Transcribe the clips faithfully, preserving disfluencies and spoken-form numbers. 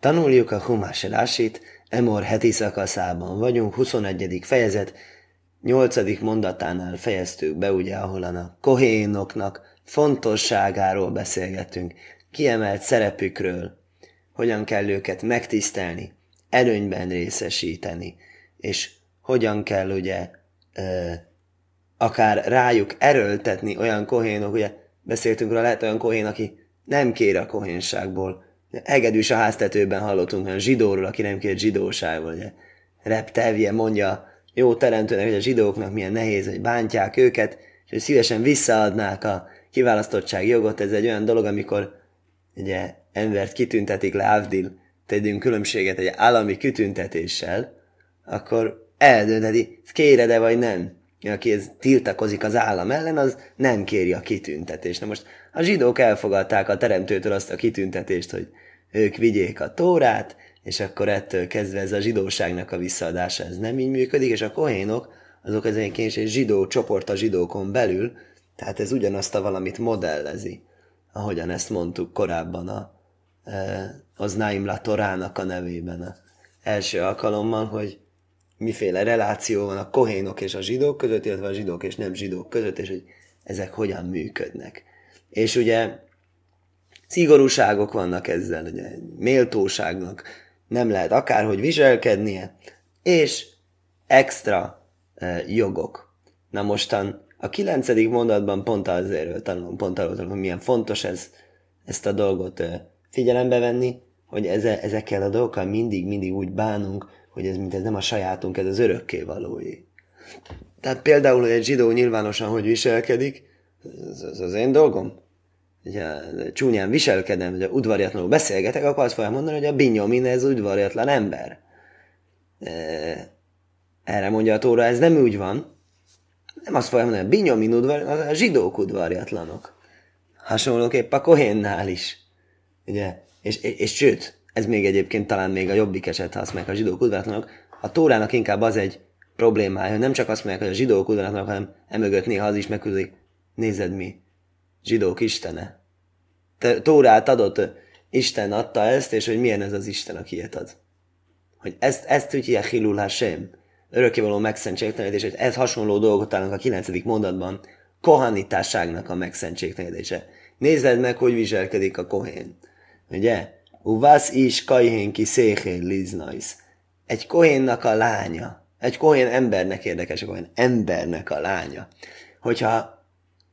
Tanuljuk a Humás Rásit, Emor heti szakaszában vagyunk, huszonegyedik fejezet, nyolcadik mondatánál fejeztük be, ugye, ahol a kohénoknak fontosságáról beszélgettünk, kiemelt szerepükről, hogyan kell őket megtisztelni, előnyben részesíteni, és hogyan kell ugye ö, akár rájuk erőltetni olyan kohénok, ugye beszéltünk róla, lehet olyan kohén, aki nem kér a kohénságból. Hegedűs a háztetőben hallottunk olyan zsidóról, aki nem kér zsidóságból. Ugye. Reb Tevje mondja jó teremtőnek, hogy a zsidóknak milyen nehéz, hogy bántják őket, és hogy szívesen visszaadnák a kiválasztottság jogot. Ez egy olyan dolog, amikor ugye embert kitüntetik le, Avdil, tegyünk különbséget egy állami kitüntetéssel, akkor eldönteti, kéred-e vagy nem. Aki ez tiltakozik az állam ellen, az nem kéri a kitüntetést. Na most a zsidók elfogadták a teremtőtől azt a kitüntetést, hogy ők vigyék a Tórát, és akkor ettől kezdve ez a zsidóságnak a visszaadása, ez nem így működik, és a kohénok, azok az egyébként egy zsidó csoport a zsidókon belül, tehát ez ugyanazt a valamit modellezi, ahogyan ezt mondtuk korábban a, az Naim La Torának a nevében az első alkalommal, hogy miféle reláció van a kohénok és a zsidók között, illetve a zsidók és nem zsidók között, és hogy ezek hogyan működnek. És ugye szigorúságok vannak ezzel, ugye méltóságnak nem lehet akárhogy viselkednie, és extra e, jogok. Na mostan a kilencedik mondatban pont azért tanulom, pont arról tanulom, hogy milyen fontos ez, ezt a dolgot e, figyelembe venni, hogy eze, ezekkel a dolgokkal mindig-mindig úgy bánunk, hogy ez, mint ez nem a sajátunk, ez az örökkévalóé. Tehát például, hogy egy zsidó nyilvánosan hogy viselkedik, ez, ez az én dolgom. Ugye csúnyán viselkedem, hogy udvariatlanul beszélgetek, akkor azt fogja mondani, hogy a Binyamin ez udvariatlan ember. Erre mondja a Tóra, ez nem úgy van. Nem azt fogja mondani, hogy a Binyamin udvariatlan, a zsidók udvariatlanok. Hasonlóképp a kohénnál is. Ugye? És, és, és sőt, ez még egyébként talán még a jobbik eset, ha azt mondják, a zsidók udvariatlanok. A Tórának inkább az egy problémája, hogy nem csak azt mondják, hogy a zsidók udvariatlanok, hanem emögött néha az is megküldik, nézed mi, zsidók istene. Te, Tórát adott, Isten adta ezt, és hogy milyen ez az Isten, aki ilyet ad. Hogy ezt, ezt tudja Hilul Hashem, örökkévaló megszentségtelenítés, hogy ez hasonló dolgot találunk a kilencedik mondatban, kohanitásságnak a megszentségtelenítése. Nézed meg, hogy viselkedik a kohén. Ugye? Uvasz is kajhén ki széhél liznajsz. Egy kohénnak a lánya, egy kohén embernek érdekes, a kohén embernek a lánya. Hogyha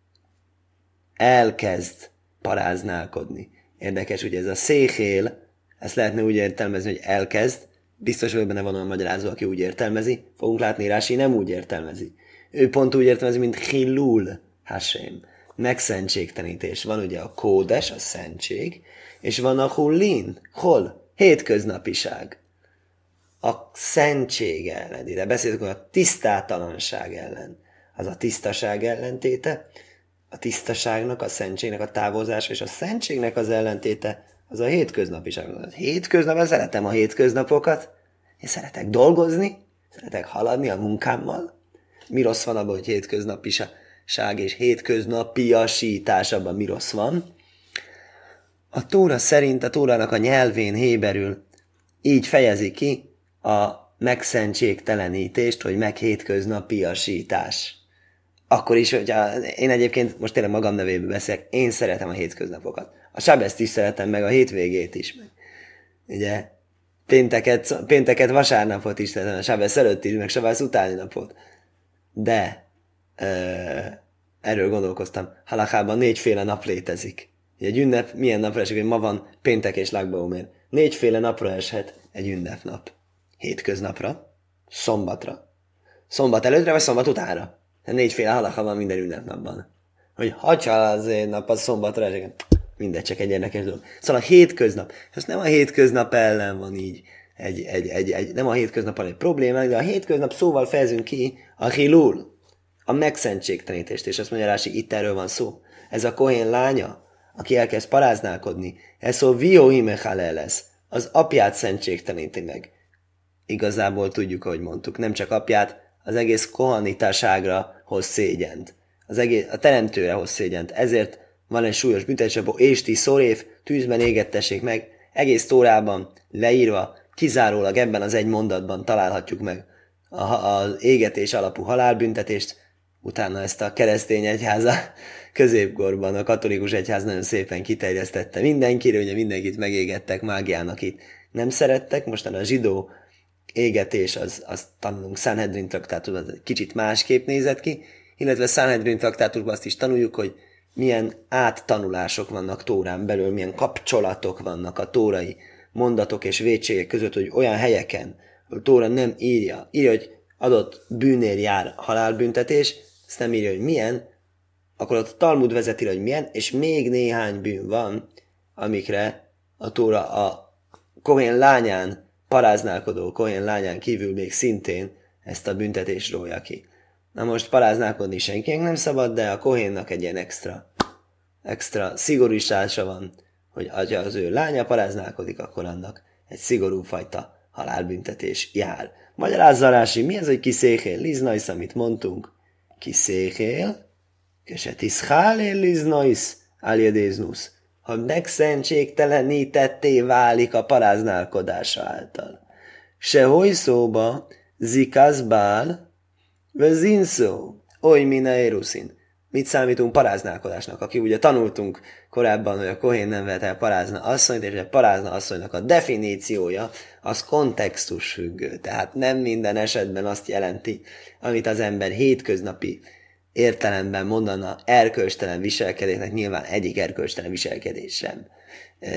elkezd paráználkodni. Érdekes, hogy ez a széhél, ezt lehetne úgy értelmezni, hogy elkezd, biztos, hogy benne van olyan magyarázó, aki úgy értelmezi, fogunk látni, Rási nem úgy értelmezi. Ő pont úgy értelmezi, mint Hilul Hashem, megszentségtenítés. Van ugye a kódes, a szentség, és van a hullin, hol? Hétköznapiság. A szentség ellen, ide beszéltünk a tisztátalanság ellen. Az a tisztaság ellentéte, a tisztaságnak, a szentségnek a távozása, és a szentségnek az ellentéte, az a hétköznapiság. A hétköznap, szeretem a hétköznapokat, én szeretek dolgozni, szeretek haladni a munkámmal. Mi rossz van abban, hogy hétköznapiság és hétköznapiasítás, abban mi rossz van? A Tóra szerint, a Tórának a nyelvén héberül így fejezi ki a megszentségtelenítést, hogy meghétköznapiasítás. Akkor is, hogyha én egyébként most tényleg magam nevében beszélek, én szeretem a hétköznapokat. A sábeszt is szeretem, meg a hétvégét is. Meg. Ugye, pénteket, pénteket, vasárnapot is szeretem, a sábesz előtt is, meg sábesz utáni napot. De ö, erről gondolkoztam. Halachában négyféle nap létezik. Egy ünnep milyen napra esik, hogy ma van péntek és lágbaumér. Négyféle napra eshet egy ünnepnap. Hétköznapra, szombatra, szombat előttre vagy szombat utánra. Négyféle halacha van minden ünnepnapban. Hogy ha az én nap, az szombatra esik, mindegy, csak egy érdekes dolog. Szóval a hétköznap, ez nem a hétköznap ellen van így, egy, egy, egy, egy, nem a hétköznap egy problémák, de a hétköznap szóval fejezünk ki a hilul, a megszentségtelenítést, és azt mondja Rási, itt erről van szó. Ez a kohén lánya, aki elkezd paráználkodni, ez szó vióhimechale lesz, az apját szentségteleníti meg. Igazából tudjuk, ahogy mondtuk, nem csak apját, az egész kohanitáságra hoz szégyent. Az egész, a teremtőre hoz szégyent. Ezért van egy súlyos büntetés, abból ésti szorév, tűzben égettessék meg, egész Tórában leírva, kizárólag ebben az egy mondatban találhatjuk meg az égetés alapú halálbüntetést, utána ezt a keresztény egyháza középkorban a katolikus egyház nagyon szépen kiterjesztette mindenkire, ugye mindenkit megégettek mágiának itt. Nem szerettek, mostan a zsidó égetés, az, azt tanulunk Sanhedrin traktátusban, az kicsit másképp nézett ki, illetve Sanhedrin traktátusban azt is tanuljuk, hogy milyen áttanulások vannak Tórán belül, milyen kapcsolatok vannak a tórai mondatok és vétségek között, hogy olyan helyeken, ahol Tóra nem írja, írja, hogy adott bűnér jár halálbüntetés, ezt nem írja, hogy milyen, akkor ott a Talmud vezeti, hogy milyen, és még néhány bűn van, amikre a Tóra a Kohén lányán, paráználkodó Kohén lányán kívül még szintén ezt a büntetést rója ki. Na most paráználkodni senkinek nem szabad, de a Kohénnak egy ilyen extra, extra szigorúsása van, hogy ha az ő lánya paráználkodik, akkor annak egy szigorú fajta halálbüntetés jár. Magyarázza Rási, mi ez, hogy kiszéhél? Liznajsz, amit mondtunk. Kiszéhél, köse tiszhálél liznajsz, áljedéznusz. Ha megszentségtelenítetté válik a paráználkodása által. Se hogy szóba, zikazbál, vezinszó, oly mina éruszin. Mit számítunk paráználkodásnak? Aki ugye tanultunk korábban, hogy a Kohén nem vett el parázna asszonyt, és a parázna asszonynak a definíciója az kontextus függő. Tehát nem minden esetben azt jelenti, amit az ember hétköznapi értelemben mondana erkölcstelen viselkedésnek, nyilván egyik erkölcstelen viselkedés sem e,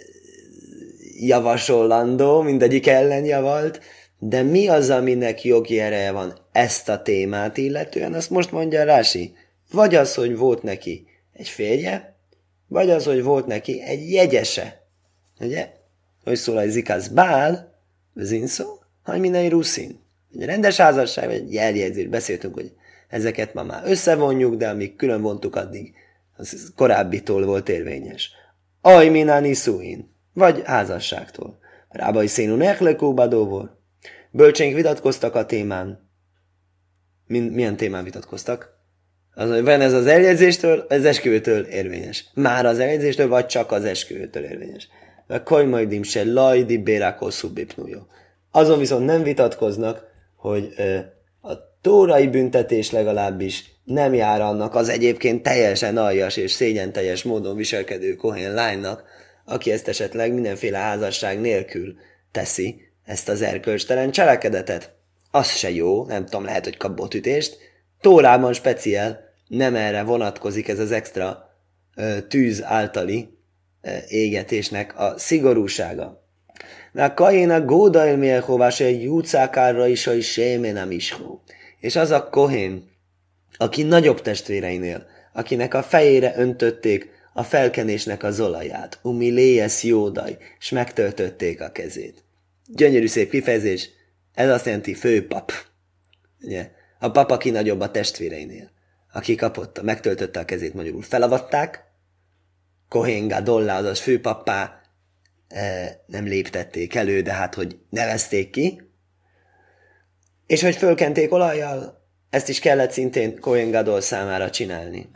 javasolandó, mindegyik ellen javalt, de mi az, aminek jogi ereje van ezt a témát illetően, azt most mondja Rási. Vagy az, hogy volt neki egy férje, vagy az, hogy volt neki egy jegyese. Ugye? Hogy szól a zikász bál, zinszó, hogy minden ruszin. Egy rendes házasság, vagy egy jeljegyzés. Beszéltünk, hogy ezeket ma már összevonjuk, de amíg külön vontuk addig, az korábbitól volt érvényes. Aj minán iszúin, vagy házasságtól. Rábai szénú nechlekóbadóvor. Bölcsénk vitatkoztak a témán. Min- milyen témán vitatkoztak? Az, hogy van ez az eljegyzéstől, az esküvőtől érvényes. Már az eljegyzéstől, vagy csak az esküvőtől érvényes. A kajmajdim se lajdi bérákol szubipnújó. Azon viszont nem vitatkoznak, hogy ö, a tórai büntetés legalábbis nem jár annak az egyébként teljesen aljas és szégyenteljes módon viselkedő Kohén lánynak, aki ezt esetleg mindenféle házasság nélkül teszi, ezt az erkölcstelen cselekedetet. Az se jó, nem tudom, lehet, hogy kap botütést. Tórában speciál nem erre vonatkozik ez az extra ö, tűz általi ö, égetésnek a szigorúsága. Na Kahéna gódail mielchovás egy júcákárra is a sémé nem is hó. És az a Kohén, aki nagyobb testvéreinél, akinek a fejére öntötték a felkenésnek az olaját, umiléjes jódaj, és megtöltötték a kezét. Gyönyörű szép kifejezés, ez azt jelenti főpap. Ugye? A pap, aki nagyobb a testvéreinél, aki kapott, megtöltötte a kezét, magyarul felavatták, Kohén Gadollá, azaz főpappá e, nem léptették elő, de hát, hogy nevezték ki, és hogy fölkenték olajjal, ezt is kellett szintén Kohén Gadol számára csinálni.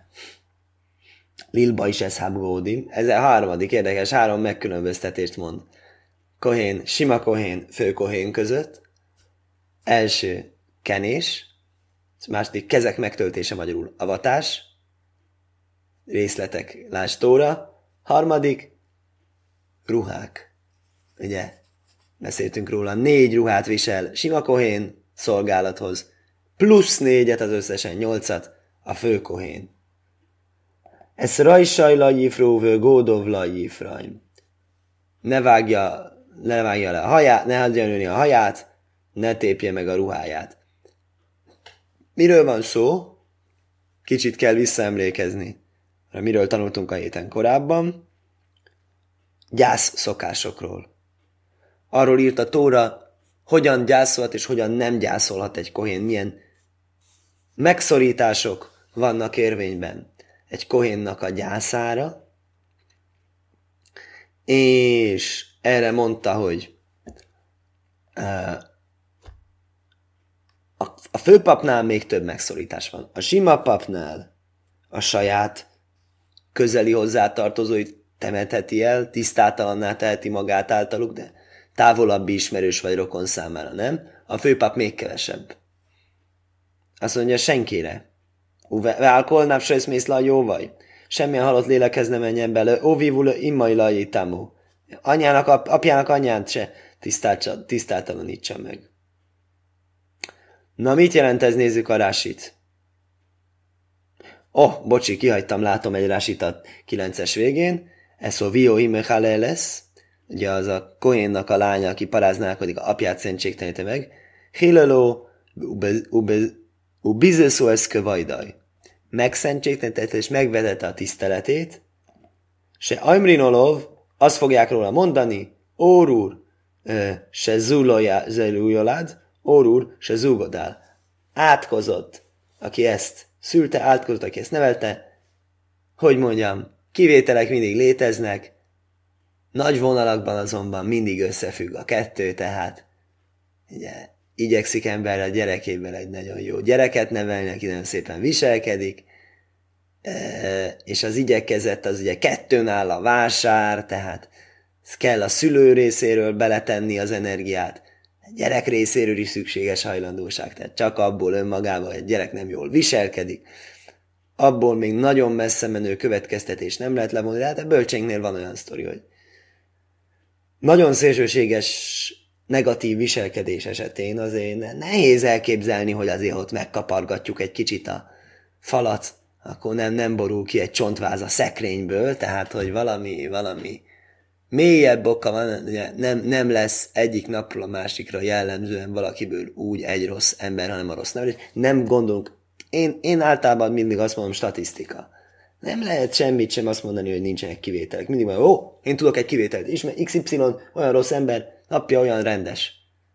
Lilba is ez hábgódim, ez a harmadik érdekes, három megkülönböztetést mond. Kohén, sima Kohén, fő Kohén között, első kenés, második kezek megtöltése, magyarul avatás, részletek, lásd Tóra, harmadik ruhák. Ugye, beszéltünk róla, négy ruhát visel sima Kohén szolgálathoz, plusz négyet, az összesen nyolcat a fő Kohén. Ez rajsaj lajifróvő gódov lajifraim. Ne vágja, ne vágja le a haját, ne hagyja nőni a haját, ne tépje meg a ruháját. Miről van szó? Kicsit kell visszaemlékezni. Miről tanultunk a héten korábban? Gyász szokásokról. Arról írt a Tóra, hogyan gyászolhat és hogyan nem gyászolhat egy kohén, milyen megszorítások vannak érvényben egy kohénnak a gyászára, és erre mondta, hogy a főpapnál még több megszorítás van. A sima papnál a saját közeli hozzátartozóit temeteti el, tisztátalanná teheti magát általuk, de távolabbi ismerős vagy rokon számára nem. A főpap még kevesebb. Azt mondja, senkire. Válkol napsajsz mész la jó vagy. Semmilyen halott lélekhez ne menjen bele. Óvívul immai lajítámú. Anyának, ap, apjának anyát se tisztátalanítsa meg. Na, mit jelent ez? Nézzük a rásit. Oh, bocsi, kihagytam, látom egy rásit a kilences végén. Ez a Vio Imechale lesz. Ugye az a Kohénnak a lánya, aki paráználkodik, a apját szentségtelenítette meg. Hileló ubizeszó eszke vajdaj. Megszentségtelenítette és megvetette a tiszteletét. Se Ajmrinolov, azt fogják róla mondani, Órúr, se zúlójád, Órúr, se zúgodál. Átkozott, aki ezt szülte, átkozott, aki ezt nevelte. Hogy mondjam, kivételek mindig léteznek, nagy vonalakban azonban mindig összefügg a kettő, tehát ugye, igyekszik ember a gyerekében egy nagyon jó gyereket nevelni, aki nagyon szépen viselkedik, és az igyekezett az ugye kettőn áll a vásár, tehát kell a szülő részéről beletenni az energiát, a gyerek részéről is szükséges hajlandóság, tehát csak abból önmagában egy gyerek nem jól viselkedik, abból még nagyon messze menő következtetés nem lehet levonni, de hát a bölcseinknél van olyan sztori, hogy nagyon szélsőséges negatív viselkedés esetén azért nehéz elképzelni, hogy azért ott megkapargatjuk egy kicsit a falat, akkor nem, nem borul ki egy csontváz a szekrényből, tehát hogy valami, valami mélyebb oka van, nem, nem lesz egyik napról a másikra jellemzően valakiből úgy egy rossz ember, hanem a rossz nevelés. Nem gondolunk, én, én általában mindig azt mondom, statisztika. Nem lehet semmit sem azt mondani, hogy nincsenek kivételek. Mindig mondom, ó, én tudok egy kivételt. Ismer, iksz ipszilon olyan rossz ember, napja olyan rendes.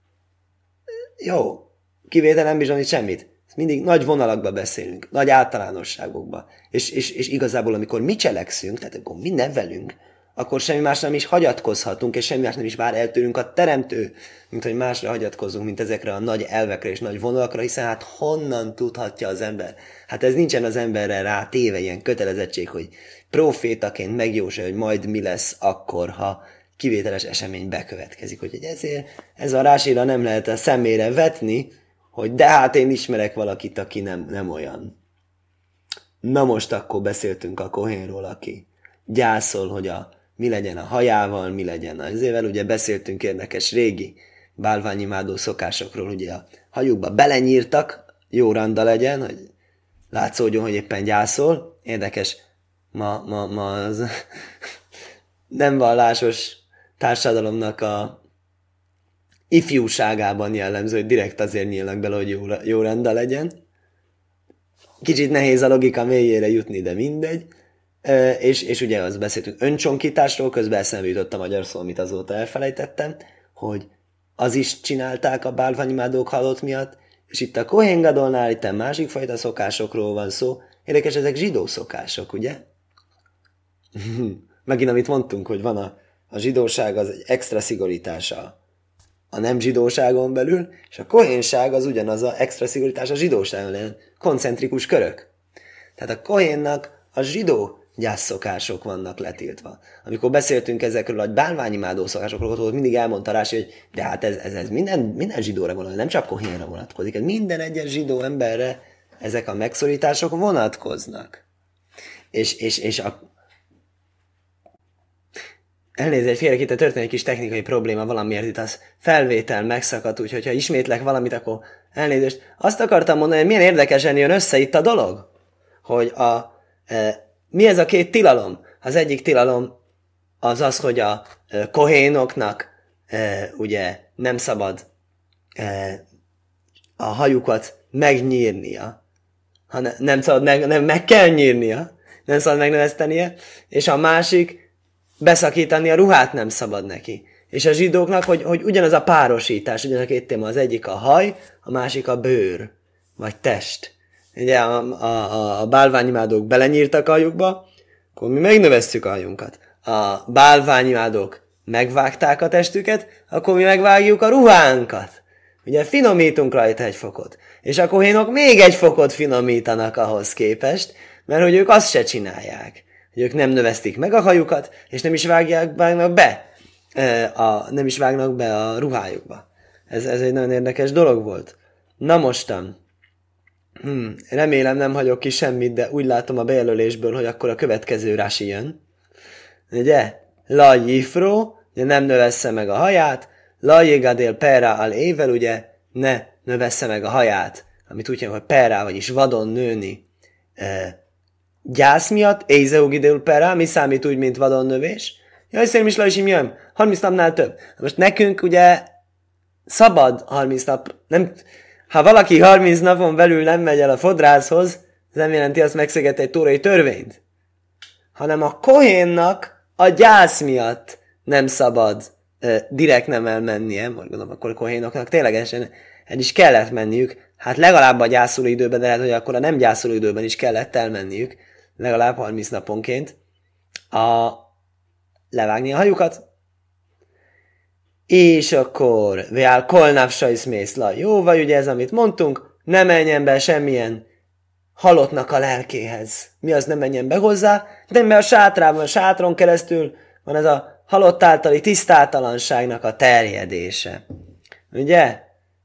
Jó, kivétel nem bizonyít semmit. Mindig nagy vonalakba beszélünk, nagy általánosságokba. És, és, és igazából, amikor mi cselekszünk, tehát amikor mi nevelünk, akkor semmi más nem is hagyatkozhatunk, és semmi más nem is vár el tőlünk a teremtő, mint hogy másra hagyatkozzunk, mint ezekre a nagy elvekre és nagy vonalakra, hiszen hát honnan tudhatja az ember? Hát ez nincsen az emberre rá téve ilyen kötelezettség, hogy profétaként megjósolja, hogy majd mi lesz akkor, ha kivételes esemény bekövetkezik. Úgyhogy ezért ez a rásira nem lehet a szemére vetni, hogy de hát én ismerek valakit, aki nem, nem olyan. Na most akkor beszéltünk a Kohénról, aki gyászol, hogy a, mi legyen a hajával, mi legyen az évvel. Ugye beszéltünk érdekes régi bálványimádó szokásokról, ugye a hajukba belenyírtak, jó randa legyen, hogy látszódjon, hogy éppen gyászol. Érdekes, ma, ma, ma az nem vallásos társadalomnak a ifjúságában jellemző, hogy direkt azért nyílnak bele, hogy jó, jó renda legyen. Kicsit nehéz a logika mélyére jutni, de mindegy. E, és, és ugye azt beszéltünk öncsonkításról, közben eszembe jutott a magyar szó, amit azóta elfelejtettem, hogy az is csinálták a bálványimádók halott miatt, és itt a Kohén Gadolnál itt a másik fajta szokásokról van szó. Érdekes, ezek zsidó szokások, ugye? Megint amit mondtunk, hogy van a, a zsidóság, az egy extra szigorítása a nem zsidóságon belül, és a kohénság az ugyanaz az extra szigorítás a zsidóságon belül, koncentrikus körök. Tehát a kohénnak a zsidó gyászszokások vannak letiltva. Amikor beszéltünk ezekről a bálványimádó szokásokról, ott mindig elmondta Rási, hogy de hát ez, ez, ez minden, minden zsidóra vonatkozik, nem csak kohénra vonatkozik, ez minden egyes zsidó emberre ezek a megszorítások vonatkoznak. És, és, és a elnézést, félre itt történik egy kis technikai probléma, valamiért itt az felvétel megszakadt, úgyhogy ha ismétlek valamit, akkor elnézést. Azt akartam mondani, hogy milyen érdekesen jön össze itt a dolog, hogy a, e, mi ez a két tilalom? Az egyik tilalom az az, hogy a e, kohénoknak e, ugye nem szabad e, a hajukat megnyírnia, hanem nem szabad meg, nem, meg kell nyírnia, nem szabad megnövesztenie, és a másik beszakítani a ruhát nem szabad neki. És a zsidóknak, hogy, hogy ugyanaz a párosítás, ugyanaz a két téma, az egyik a haj, a másik a bőr, vagy test. Ugye a, a, a, a bálványimádók belenyírtak a hajukba, akkor mi megnöveztük a hajunkat. A bálványimádók megvágták a testüket, akkor mi megvágjuk a ruhánkat. Ugye finomítunk rajta egy fokot. És a kohénok még egy fokot finomítanak ahhoz képest, mert hogy ők azt se csinálják. hogy ők nem növesztik meg a hajukat, és nem is vágják, vágnak be, a, nem is vágnak be a ruhájukba. Ez, ez egy nagyon érdekes dolog volt. Na mostan, hmm, remélem nem hagyok ki semmit, de úgy látom a bejelölésből, hogy akkor a következő rási jön. Ugye? La jifro, ugye nem növessze meg a haját, la jégadél pera al ével, ugye ne növessze meg a haját, amit úgy hívják, hogy pera, vagyis vadon nőni e, gyász miatt, ézeugidél pera, mi számít úgy, mint vadon növés? Jaj, szépen is lajsim jön, harminc napnál több. Most nekünk ugye szabad harminc nap, nem, ha valaki harminc napon belül nem megy el a fodrászhoz, ez nem jelenti, azt megszegett egy tórai törvényt, hanem a kohénnak a gyász miatt nem szabad uh, direkt nem elmennie, mondom, akkor a kohénoknak ténylegesen el is kellett menniük, hát legalább a gyászoló időben, de lehet, hogy akkor a nem gyászoló időben is kellett elmenniük, legalább harminc naponként a levágni a hajukat, és akkor veál kolnávsajsz mészla. Jó, vagy ugye ez, amit mondtunk, ne menjen be semmilyen halottnak a lelkéhez. Mi az, nem menjen be hozzá? De be a sátrában, a sátron keresztül van ez a halott általi tisztátalanságnak a terjedése. Ugye?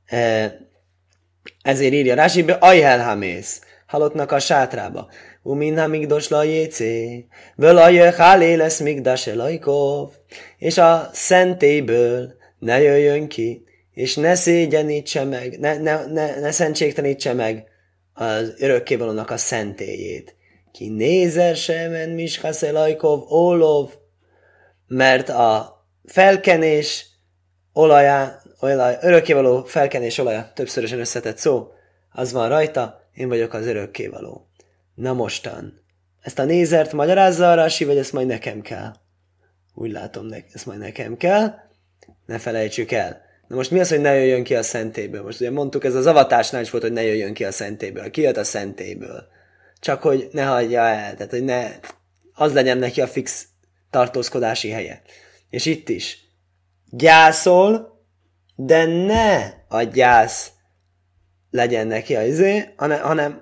Ezért írja Rásibe, ajhelhamész, halottnak a sátrába. Umin hamigdos la jécé, völajö hálé lesz migdas elajkov, és a szentélyből ne jöjjön ki, és ne szégyenítse meg, ne, ne, ne, ne szentségtenítse meg az örökkévalónak a szentélyét. Ki nézer semen mischasz elajkov ólov, mert a felkenés olajá, olaj, örökkévaló felkenés olaja, többszörösen összetett szó, az van rajta, én vagyok az örökkévaló. Na mostan, ezt a nézert magyarázza a Rási, vagy ezt majd nekem kell? Úgy látom, ezt majd nekem kell, ne felejtsük el. Na most mi az, hogy ne jöjjön ki a szentélyből? Most ugye mondtuk, ez az avatásnál is volt, hogy ne jöjjön ki a szentélyből. Ki jött a szentélyből? Csak hogy ne hagyja el, tehát hogy ne, az legyen neki a fix tartózkodási helye. És itt is. Gyászol, de ne a gyász legyen neki az izé, hanem, hanem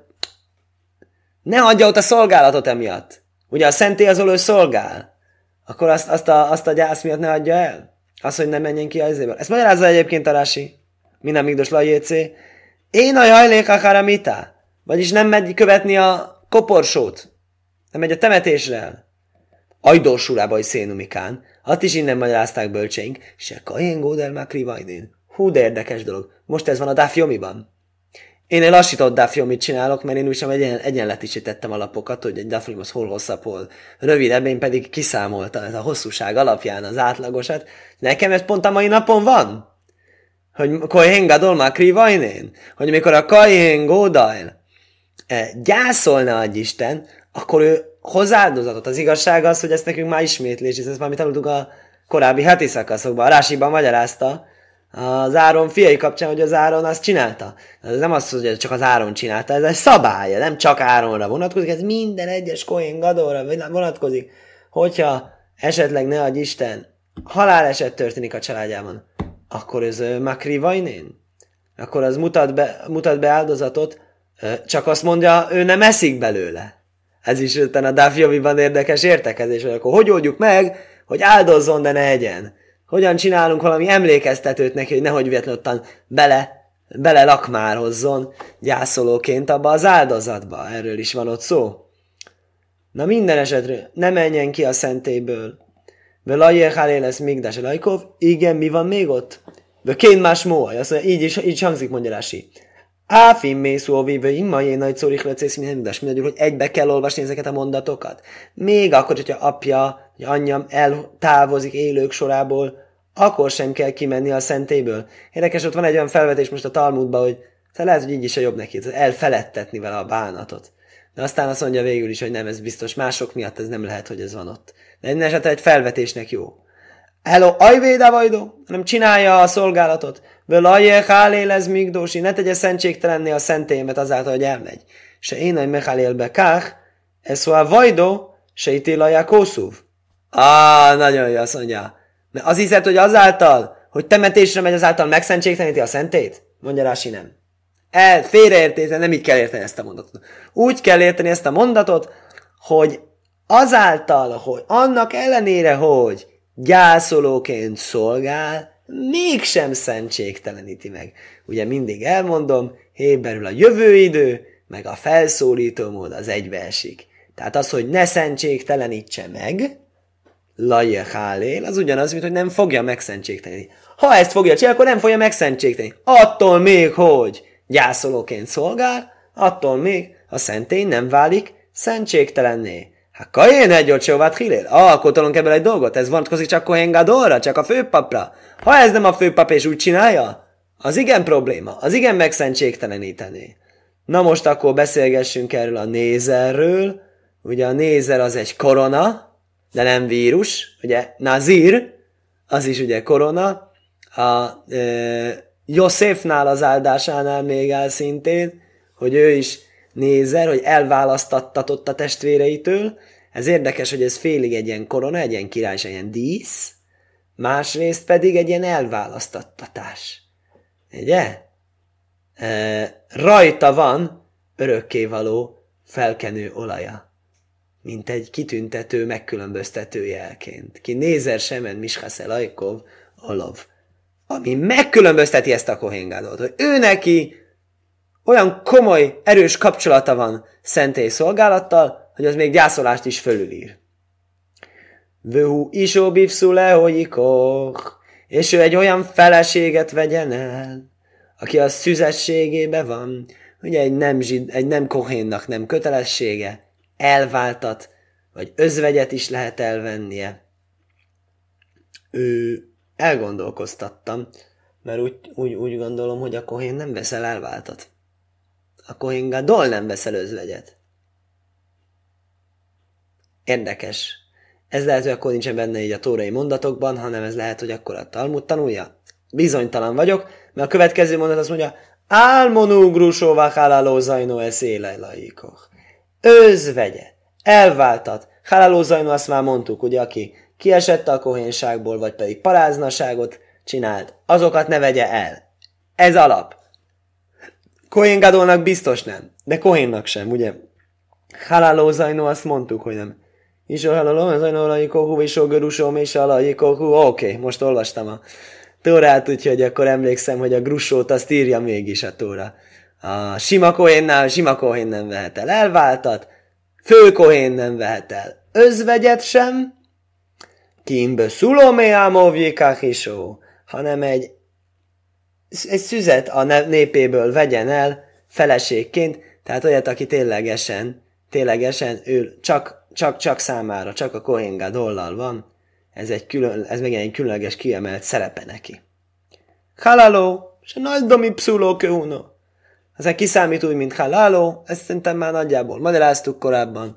ne hagyja ott a szolgálatot emiatt. Ugye a szentély az olő szolgál. Akkor azt, azt, a, azt a gyász miatt ne hagyja el. Az, hogy ne menjen ki a izéből. Ezt magyarázza egyébként a Rási. Minden migdos lajécé. Én a jajlék a haramita. Vagyis nem megy követni a koporsót. Nem megy a temetésre el. Ajdósurába, hogy szénumikán. Azt is innen magyarázták bölcseink. Se kajén góder makri vajdén. Hú, de érdekes dolog. Most ez van a Daf Yomiban. Én egy lassított Daf Yomit csinálok, mert én úgy sem egyen, egyenletisítettem a lapokat, hogy egy Daf Yom az hol hosszabb, hol rövidebb, én pedig kiszámoltam ez a hosszúság alapján az átlagosat. Nekem ez pont a mai napon van. Hogy Kohen Gadol Makri Vajnén, hogy amikor a Kohen Gódajl gyászolna adj Isten, akkor ő hozzáldozatot. Az igazság az, hogy ezt nekünk már ismétlés, és ezt már mi tanultuk a korábbi heti szakaszokban. A Rásiban magyarázta az Áron fiai kapcsán, hogy az Áron azt csinálta. Ez nem az, hogy csak az Áron csinálta, ez egy szabálya, nem csak Áronra vonatkozik, ez minden egyes Kohen Gadolra vonatkozik, hogyha esetleg ne adj Isten, haláleset történik a családjában, akkor ez Makri Vajnén, akkor az mutat be, mutat be áldozatot, csak azt mondja, ő nem eszik belőle. Ez is utána a Daf Yomiban érdekes értekezés, hogy akkor hogy oldjuk meg, hogy áldozzon, de ne egyen. Hogyan csinálunk valami emlékeztetőt neki, hogy nehogy véletlenül bele, bele lakmárhozzon gyászolóként abba az áldozatba. Erről is van ott szó. Na minden esetre ne menjen ki a szentélyből. Velajjel hálé lesz migdás elajkov. Igen, mi van még ott? Vökén más móaj. Azt mondja, így is, így hangzik, mondja Rási. Áfim mészó vívő immajé nagy szórich lecész minden migdás. Mindegyük, hogy egybe kell olvasni ezeket a mondatokat. Még akkor, hogyha apja, vagy anyja eltávozik élők sorából, akkor sem kell kimenni a szentélyből. Érdekes, ott van egy olyan felvetés most a Talmudban, hogy lehet, hogy így is a jobb neki, elfeledtetni vele a bánatot. De aztán azt mondja végül is, hogy nem, ez biztos mások miatt, ez nem lehet, hogy ez van ott. De minden esetre egy felvetésnek jó. Hello, ajvéda vajdó, hanem csinálja a szolgálatot. Völajje hálé lesz migdósi, ne tegye szentségtelenné a szentélyemet azáltal, hogy elmegy. Se én egy mechálélbe kách, ez a vajdó, se ítélajá kószúv. Ah, nagyon jó, azt mondja. Mert az hiszed, hogy azáltal, hogy temetésre megy, azáltal megszentségteleníti a szentét? Mondja Rási, nem. El, félreértés, nem így kell érteni ezt a mondatot. Úgy kell érteni ezt a mondatot, hogy azáltal, hogy annak ellenére, hogy gyászolóként szolgál, mégsem szentségteleníti meg. Ugye mindig elmondom, Héberül a jövőidő, meg a felszólító mód az egybeesik. Tehát az, hogy ne szentségtelenítse meg, lajje hálél, az ugyanaz, mint hogy nem fogja megszentségteleníteni. Ha ezt fogja csinálni, akkor nem fogja megszentségteleníteni. Attól még, hogy gyászolóként szolgál, attól még a szentély nem válik szentségtelenné. Hát Kajén egy ocsóvát hilél. Ah, akkor tolunk ebből egy dolgot, ez vonatkozik csak Kohen Gadolra, csak a főpapra. Ha ez nem a főpap és úgy csinálja, az igen probléma, az igen megszentségtelenítené. Na most akkor beszélgessünk erről a nézerről. Ugye a nézer az egy korona, de nem vírus. Ugye nazír, az is ugye korona. A e, Józsefnál az áldásánál még el szintén, hogy ő is nézer, hogy elválasztattatott a testvéreitől. Ez érdekes, hogy ez félig egy ilyen korona, egy ilyen királyság, egy ilyen dísz, másrészt pedig egy ilyen elválasztattatás. Ugye? E, rajta van örökkévaló felkenő olaja, mint egy kitüntető, megkülönböztető jelként. Ki nézer semen miskaszel ajkov olov. Ami megkülönbözteti ezt a Kohen Gadot, hogy ő neki olyan komoly, erős kapcsolata van szentély szolgálattal, hogy az még gyászolást is fölülír. Vöhu isó bivszú leholyikoch, és ő egy olyan feleséget vegyen el, aki a szüzességébe van, ugye egy nem, zsid, egy nem kohénnak nem kötelessége, elváltat, vagy özvegyet is lehet elvennie. Ő elgondolkoztattam, mert úgy, úgy, úgy gondolom, hogy a kohén nem veszel elváltat. A Kohen Gadol nem veszel özvegyet. Érdekes. Ez lehet, hogy akkor nincsen benne így a tórai mondatokban, hanem ez lehet, hogy akkor a Talmud tanulja. Bizonytalan vagyok, mert a következő mondat azt mondja, álmonú grusóvá háláló zajnó eszélejlaikoch. Özvegye, elváltat. Háláló zajnó, azt már mondtuk, ugye, aki kiesett a kohénságból, vagy pedig paráznaságot csinált, azokat ne vegye el. Ez alap. Kohen Gadolnak biztos nem, de Kohénnak sem, ugye? Háláló zajnó, azt mondtuk, hogy nem. Isó háláló zajnó alajikohu, isó görusó, és alajikohu. Oké, okay, most olvastam a Tórát, úgyhogy akkor emlékszem, hogy a grusót azt írja mégis a Tóra. A sima Kohénnál, sima Kohén nem vehet el elváltat, fő Kohén nem vehet el özvegyet sem, Kimbe szulomé ámovjikák isó, hanem egy egy szüzet a népéből vegyen el feleségként, tehát olyat, aki ténylegesen, ténylegesen ő csak, csak, csak számára, csak a Kohen Gadollal van, ez, egy külön, ez meg egy különleges kiemelt szerepe neki. Haláló, se nagy domi pszuló köhuno. Aztán kiszámít úgy, mint haláló, ezt szerintem már nagyjából magyaráztuk korábban.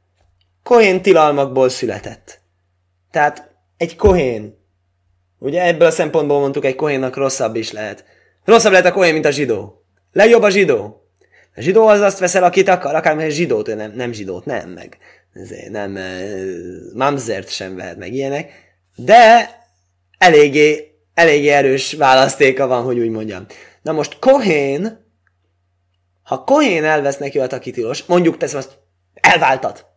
Kohén tilalmakból született. Tehát egy kohén, ugye ebből a szempontból mondtuk, egy kohénnak rosszabb is lehet. Rosszabb lehet a kohén, mint a zsidó. Legjobb a zsidó. A zsidó az azt veszel, akit akar, akár zsidót, nem, nem zsidót, nem meg. Ezért nem mamzert sem vehet meg ilyenek. De eléggé, eléggé erős választéka van, hogy úgy mondjam. Na most kohén, ha kohén elvesz neki olyat, aki tilos, mondjuk teszem azt, elváltat.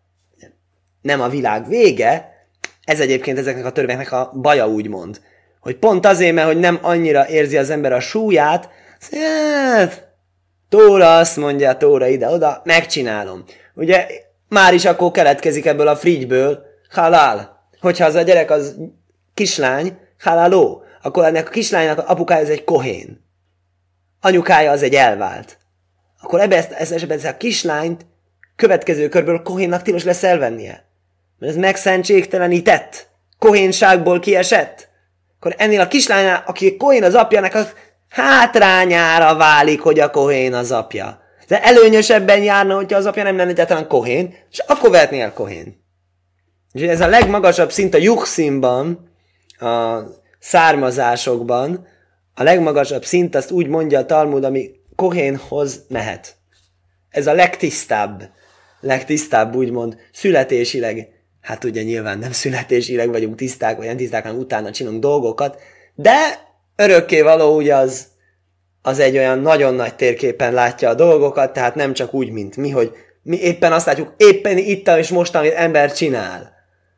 Nem a világ vége, ez egyébként ezeknek a törvényeknek a baja úgymond. Hogy pont azért, mert hogy nem annyira érzi az ember a súlyát, hát, Tóra azt mondja, Tóra ide-oda, megcsinálom. Ugye már is akkor keletkezik ebből a frigyből halál. Hogyha az a gyerek az kislány, haláló, akkor ennek a kislánynak a apukája az egy kohén. Anyukája az egy elvált. Akkor ebben ezt, ezt, ezt a kislányt következő körből kohénnak tilos lesz elvennie. Mert ez megszentségtelenített. Kohénságból kiesett. Akkor ennél a kislánynál, aki kohén az apjának, az hátrányára válik, hogy a kohén az apja. De előnyösebben járna, hogyha az apja nem lenne egyáltalán kohén, és akkor vehetné el kohén. És ez a legmagasabb szint a juhszínban, a származásokban, a legmagasabb szint, azt úgy mondja a Talmud, ami kohénhoz mehet. Ez a legtisztább, legtisztább úgymond születésileg. Hát ugye nyilván nem születésileg vagyunk tiszták, vagy nem tiszták, hanem utána csinálunk dolgokat, de örökkévaló ugye az, az egy olyan nagyon nagy térképen látja a dolgokat, tehát nem csak úgy, mint mi, hogy mi éppen azt látjuk, éppen itt és most, amit ember csinál.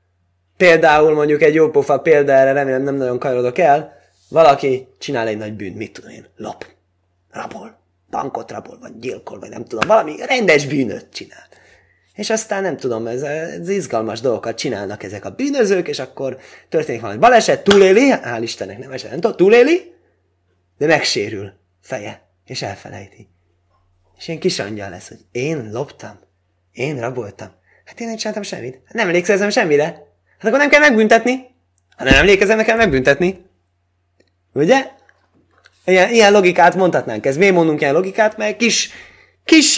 Például mondjuk egy jópofa példa erre, remélem nem nagyon kanyarodok el, valaki csinál egy nagy bűnt, mit tudom én, lop, rabol, bankot rabol, vagy gyilkol, vagy nem tudom, valami rendes bűnöt csinál. És aztán nem tudom, ez, ez izgalmas dolgokat csinálnak ezek a bűnözők, és akkor történik valami baleset, túléli, hál' Istennek nem eset, nem tudom, túléli, de megsérül feje, és elfelejti. És én kis angyal lesz, hogy én loptam, én raboltam. Hát én nem csináltam semmit. Hát nem emlékszem semmire. Hát akkor nem kell megbüntetni. Ha nem emlékezem, nem kell megbüntetni. Ugye? Ilyen, ilyen logikát mondhatnánk. Ez miért mondunk ilyen logikát? Mert kis, kis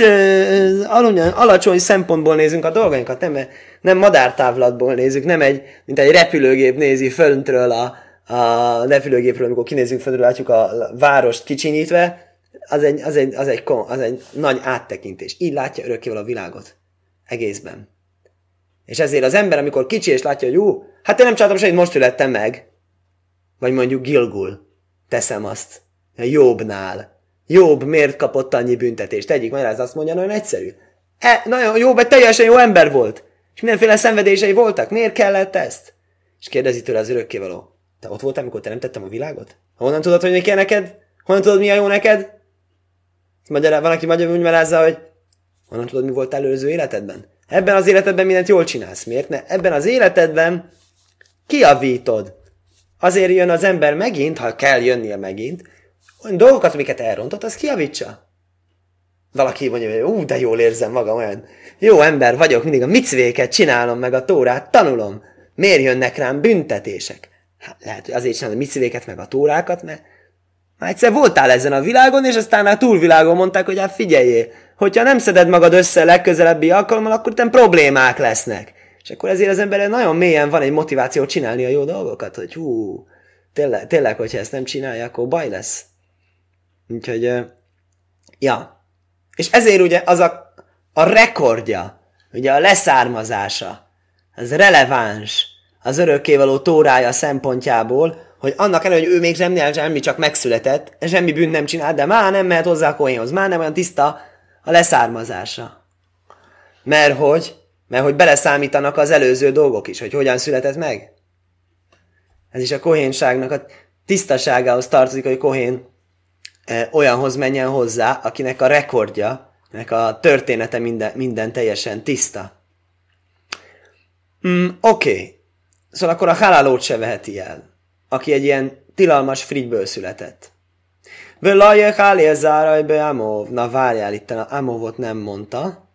uh, alacsony szempontból nézünk a dolgainkat. Nem, nem madártávlatból nézzük. Nem egy, mint egy repülőgép nézi föntről a, a repülőgépről, amikor kinézünk föntről, látjuk a várost kicsinyítve. Az egy, az, egy, az, egy, az egy nagy áttekintés. Így látja örökkéval a világot. Egészben. És ezért az ember, amikor kicsi és látja, hogy ú, hát én nem csináltam semmit, most születtem meg. Vagy mondjuk Gilgul. Teszem azt. Jobbnál. Jobb miért kapott annyi büntetést? Egyik magyarázat azt mondja, nagyon egyszerű. E, nagyon Jobb, egy teljesen jó ember volt. És mindenféle szenvedései voltak. Miért kellett ezt? És kérdezi tőle az örökkévaló. Te ott voltál, amikor teremtettem a világot? Honnan tudod, hogy mi kell neked? Honnan tudod, mi a jó neked? Magyará, van, aki magyar úgy magyarázza, hogy honnan tudod, mi volt előző életedben? Ebben az életedben mindent jól csinálsz. Miért ne? Ebben az életedben kijavítod. Azért jön az ember megint, ha kell jönnie megint, olyan dolgokat, amiket elrontott, az kijavítsa. Valaki mondja, hogy ú, de jól érzem magam, olyan jó ember vagyok, mindig a micvéket csinálom, meg a tórát tanulom. Miért jönnek rám büntetések? Hát lehet, hogy azért csinálom a micvéket, meg a tórákat, mert már egyszer voltál ezen a világon, és aztán a túlvilágon mondták, hogy hát figyeljél, hogyha nem szeded magad össze a legközelebbi alkalommal, akkor utána problémák lesznek. És akkor ezért az emberen nagyon mélyen van egy motiváció csinálni a jó dolgokat, hogy hú, tényleg, tényleg, hogyha ezt nem csinálja, akkor baj lesz. Úgyhogy, ja. És ezért ugye az a, a rekordja, ugye a leszármazása, az releváns az örökkévaló tórája szempontjából, hogy annak ellenére, hogy ő még nem nyert semmi, csak megszületett, semmi bűnt nem csinált, de már nem mehet hozzá a kohénhoz, már nem olyan tiszta a leszármazása. Mert hogy? Mert hogy beleszámítanak az előző dolgok is, hogy hogyan született meg. Ez is a kohénságnak a tisztaságához tartozik, hogy kohén e, olyanhoz menjen hozzá, akinek a rekordja, akinek a története minden, minden teljesen tiszta. Mm, Oké. Okay. Szóval akkor a halálót se veheti el, aki egy ilyen tilalmas frigyből született. Völajek álél zárajbe Amov. Na várjál, itt a Amovot nem mondta.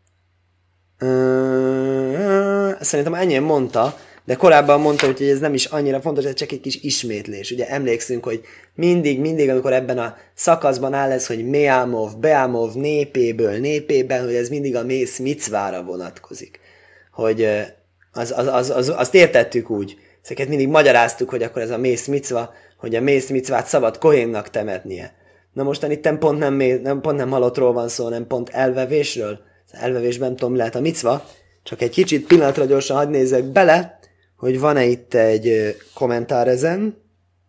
Szerintem ennyien mondta, de korábban mondta, hogy ez nem is annyira fontos, ez csak egy kis ismétlés. Ugye emlékszünk, hogy mindig, mindig, amikor ebben a szakaszban áll ez, hogy Meamov, Beamov, népéből, népében, hogy ez mindig a mész micvára vonatkozik. Hogy az, az, az, az, azt értettük úgy. Ezeket mindig magyaráztuk, hogy akkor ez a mész micva, hogy a mész micvát szabad kohénnak temetnie. Na mostan itt pont nem, nem, pont nem halottról van szó, nem pont elvevésről. Az elvevésben nem tudom, lehet a micva. Csak egy kicsit pillanatra gyorsan hadd nézzek bele, hogy van-e itt egy kommentár ezen.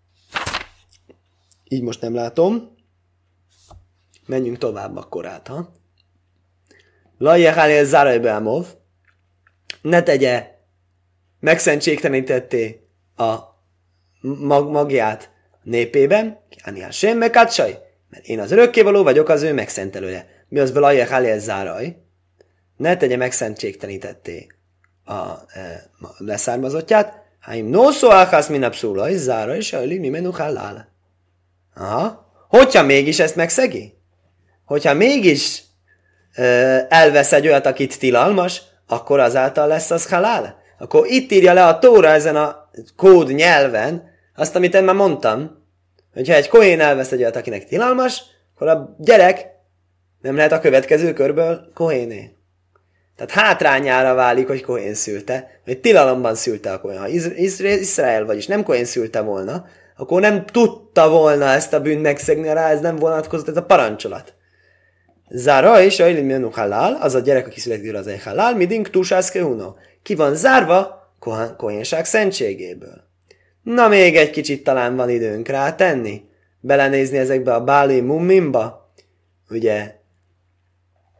Így most nem látom. Menjünk tovább akkor át, ha? Lajjehálnél Zárajbeámov. Ne tegye megszentségtelenítetté a mag- magját népében. Kiániál sem megátsaj, mert én az örökkévaló vagyok az ő megszentelője. Mi az Lajjehálnél Záraj? Ne tegye megszentségtelenítetté a e, leszármazottját. Háim no szó alkász minapszólaj, zára és ajli mi menu halál. Aha. Hogyha mégis ezt megszegi? Hogyha mégis e, elvesz egy olyat, akit tilalmas, akkor azáltal lesz az halál? Akkor itt írja le a Tóra ezen a kód nyelven azt, amit én már mondtam, hogyha egy kohén elvesz egy olyat, akinek tilalmas, akkor a gyerek nem lehet a következő körből kohéné. Tehát hátrányára válik, hogy kohén szülte, hogy tilalomban szülte a kohén. Ha Izrael, vagyis nem kohén szülte volna, akkor nem tudta volna ezt a bűnt megszegni, rá ez nem vonatkozott ez a parancsolat. Zára és ajlim halál, az a gyerek, aki születik az egy halál, midink túsász kehuno. Ki van zárva kohénság szentségéből. Na még egy kicsit talán van időnk rá tenni, belenézni ezekbe a Báli Mummimba, ugye,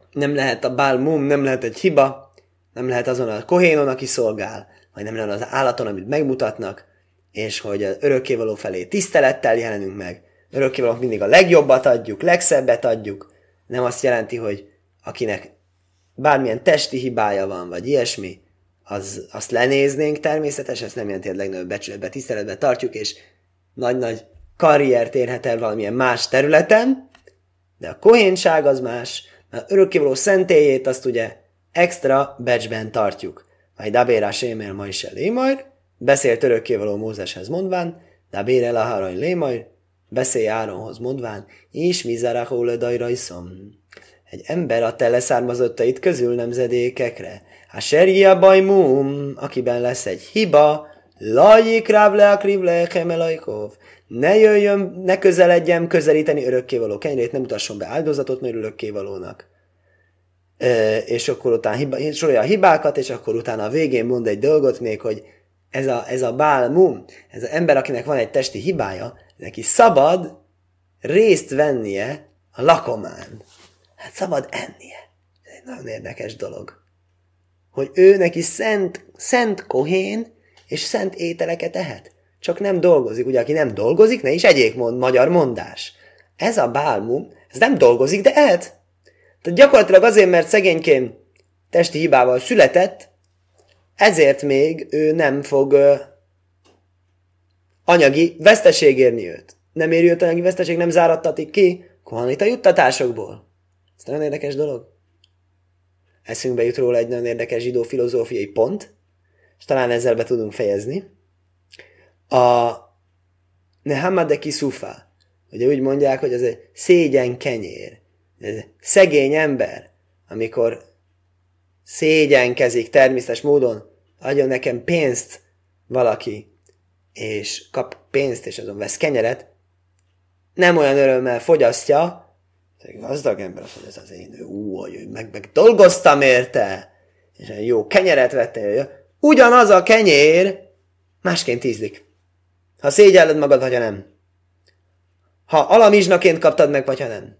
nem lehet a Bál Mum, nem lehet egy hiba, nem lehet azon a kohénon, aki szolgál, vagy nem lehet az állaton, amit megmutatnak, és hogy az örökkévaló felé tisztelettel jelenünk meg, örökkévalók mindig a legjobbat adjuk, legszebbet adjuk, nem azt jelenti, hogy akinek bármilyen testi hibája van, vagy ilyesmi, az, azt lenéznénk természetesen, ezt nem jelenti, hogy legnagyobb becsületbe, tiszteletbe tartjuk, és nagy-nagy karriert érhet el valamilyen más területen, de a kohénság az más, mert örökkévaló szentélyét azt ugye extra becsben tartjuk. Majd Dabéra Sémél ma is lémajr, beszélt örökkévaló Mózeshez mondván, Dabére Laharaj lémajr, beszélj Áronhoz mondván, és mizarachó ledajrajszom. Egy ember a te leszármazottait közül nemzedékekre. A serjia bajmum, akiben lesz egy hiba, lajik ráble akrivle hemelajkov. Ne jöjjön, ne közeledjen közelíteni örökkévaló kenyerét, nem mutasson be áldozatot, mert örökkévalónak. E, és akkor utána hiba, sorolja a hibákat, és akkor utána a végén mond egy dolgot még, hogy ez a, ez a Bál Mum, ez az ember, akinek van egy testi hibája, neki szabad részt vennie a lakomán. Hát szabad ennie. Ez egy nagyon érdekes dolog. Hogy ő neki szent, szent kohén, és szent ételeket ehet. Csak nem dolgozik. Ugye, aki nem dolgozik, ne is egyék mond, magyar mondás. Ez a Bál Mum, ez nem dolgozik, de ehet. Tehát gyakorlatilag azért, mert szegénykén testi hibával született, ezért még ő nem fog ö, anyagi veszteség érni őt. Nem éri őt anyagi veszteség, nem zárattatik ki kohanita juttatásokból. Ez nagyon érdekes dolog. Eszünkbe jut róla egy nagyon érdekes zsidó filozófiai pont, és talán ezzel be tudunk fejezni. A Nehama de Kisufa, ugye úgy mondják, hogy ez egy szégyen kenyér. Ez egy szegény ember, amikor szégyenkezik természetes módon, adjon nekem pénzt valaki, és kap pénzt, és azon vesz kenyeret, nem olyan örömmel fogyasztja, egy gazdag ember azt mondja, ez az én, ú, meg, meg dolgoztam érte, és egy jó kenyeret vettél, ugyanaz a kenyér másként ízlik. Ha szégyelled magad, vagy ha nem. Ha alamizsnaként kaptad meg, vagy ha nem.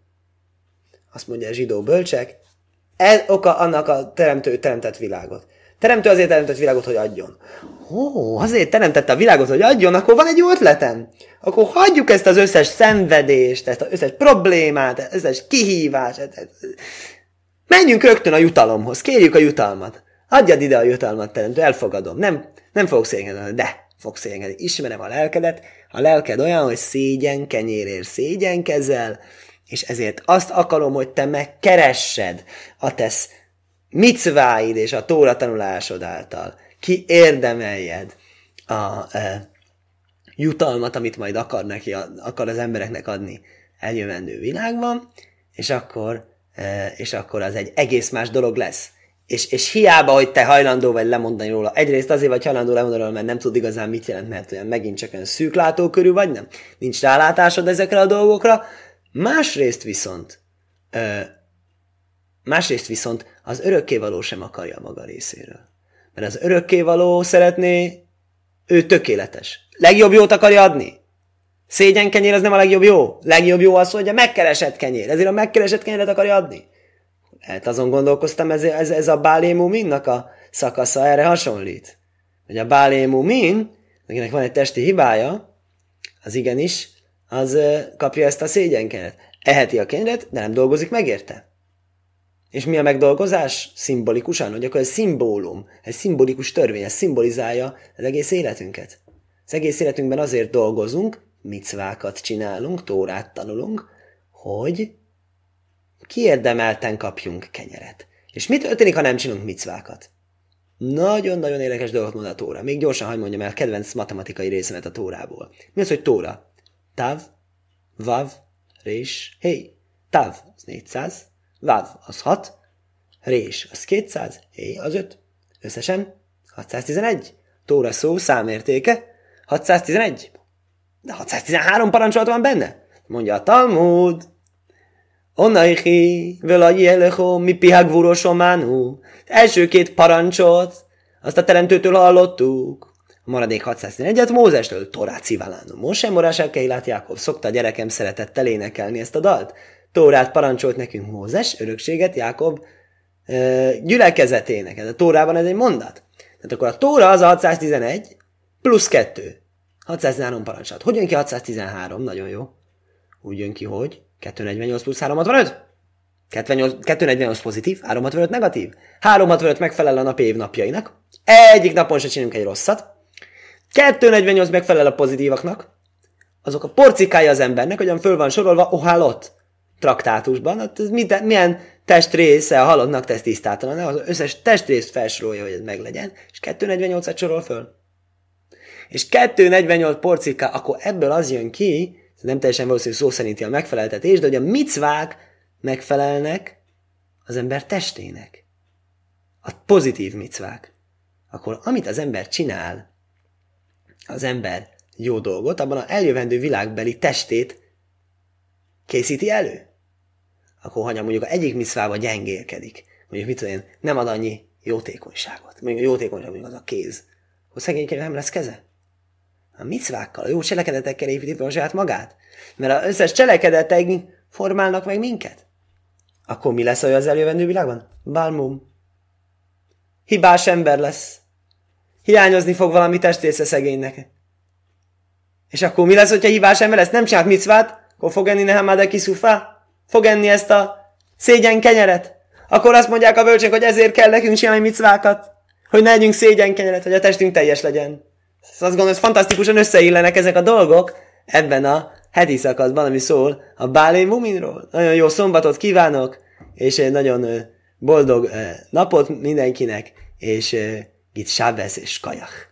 Azt mondja a zsidó bölcsek, ez oka annak a teremtő teremtett világot. Teremtő azért teremtett világot, hogy adjon. Ó, azért teremtette a világot, hogy adjon, akkor van egy jó ötletem. Akkor hagyjuk ezt az összes szenvedést, ezt az összes problémát, ezt az összes kihívást. Menjünk rögtön a jutalomhoz, kérjük a jutalmat. Adjad ide a jutalmat, teremtő, elfogadom. Nem, nem fogok szégyenkezni, de fogok szégyenkezni. Ismerem a lelkedet, a lelked olyan, hogy szégyen kenyérért szégyenkezel, és ezért azt akarom, hogy te megkeressed a tesz micváid és a tóra tanulásod által. Ki érdemeljed a e, jutalmat, amit majd akar, neki, akar az embereknek adni eljövendő világban, és akkor, e, és akkor az egy egész más dolog lesz. És, és hiába, hogy te hajlandó vagy lemondani róla. Egyrészt azért vagy hajlandó lemondani róla, mert nem tud igazán mit jelent, mert olyan megint csak olyan szűklátókörű vagy, nem? Nincs rálátásod ezekre a dolgokra. Másrészt viszont, ö, másrészt viszont az örökkévaló sem akarja a maga részéről. Mert az örökkévaló szeretné, ő tökéletes. Legjobb jót akarja adni. Szégyen kenyér az nem a legjobb jó. Legjobb jó az, hogy a megkeresett kenyér. Ezért a megkeresett kenyéret akarja adni. Hát azon gondolkoztam, ez, ez, ez a Bálémú Minnak a szakasza erre hasonlít. Hogy a Bálémú Min, akinek van egy testi hibája, az igenis, az kapja ezt a szégyenkenyeret. Eheti a kenyeret, de nem dolgozik meg érte. És mi a megdolgozás? Szimbolikusan, hogy akkor ez szimbólum, egy szimbolikus törvény, ez szimbolizálja az egész életünket. Az egész életünkben azért dolgozunk, micvákat csinálunk, tórát tanulunk, hogy kiérdemelten kapjunk kenyeret. És mi történik, ha nem csinálunk micvákat? Nagyon-nagyon érdekes dolgot mond a Tóra. Még gyorsan hadd mondjam el kedvenc matematikai részemet a Tórából. Mi az, hogy Tóra? Tav, vav, rés, hé. Tav, az négyszáz, vav, az hat, rés, az kétszáz, hé, az öt. Összesen hatszáztizenegy. Tóra szó számértéke hatszáztizenegy. De hatszáztizenhárom parancsolat van benne? Mondja a Talmud. Onnaichi, velaji elecho, mi pihagvúrosománu. Első két parancsot, azt a teremtőtől hallottuk. A maradék hatszáztizenegyet Mózestől, Torát Civalánu. Móse Morásel Keilát Jákob szokta a gyerekem szeretettel énekelni ezt a dalt. Tórát parancsolt nekünk Mózes, örökséget Jákob ö, gyülekezetének. Ez a Tórában ez egy mondat. Tehát akkor a Tóra az a hatszáztizenegy plusz kettő. hatszáztizenhárom parancsolat. Hogy jön ki hatszáztizenhárom? Nagyon jó. Úgy jön ki, hogy kétszáznegyvennyolc plusz háromszázhatvanöt? kétszáznegyvennyolc pozitív, háromszázhatvanöt negatív. háromszázhatvanöt megfelel a napi év napjainak. Egyik napon se csinálunk egy rosszat. kétszáznegyvennyolc megfelel a pozitívaknak. Azok a porcikája az embernek, hogyan föl van sorolva ohálott traktátusban. Hát ez minden, milyen testrésze a halottnak tesz tisztátalan. Az összes testrészt felsorolja, hogy ez meglegyen. És kétszáznegyvennyolcat sorol föl. És kétszáznegyvennyolc porcika, akkor ebből az jön ki, ez nem teljesen valószínű szó szerinti a megfeleltetés, de hogy a micvák megfelelnek az ember testének. A pozitív micvák. Akkor amit az ember csinál, az ember jó dolgot, abban az eljövendő világbeli testét készíti elő. Akkor, ha mondjuk az egyik micvába gyengélkedik, mondjuk mit tudom én, nem ad annyi jótékonyságot, mondjuk a jótékonyság mondjuk az a kéz, akkor szegényként nem lesz keze. A micvákkal, a jó cselekedetekkel építi fel a saját magát. Mert az összes cselekedetek formálnak meg minket. Akkor mi lesz az eljövendő világban? Balmum. Hibás ember lesz. Hiányozni fog valami testrésze szegénynek. És akkor mi lesz, hogyha hibás ember lesz? Nem csinált micvát? Akkor fog enni Nehamade Kiszufá? Fog enni ezt a szégyen kenyeret? Akkor azt mondják a bölcsök, hogy ezért kell nekünk csinálni micvákat. Hogy ne együnk szégyen kenyeret, hogy a testünk teljes legyen. Azt gondolom, hogy fantasztikusan összeillenek ezek a dolgok ebben a heti szakaszban, ami szól a Bálé Muminról. Nagyon jó szombatot kívánok, és nagyon boldog napot mindenkinek, és itt Sábesz és Kajach.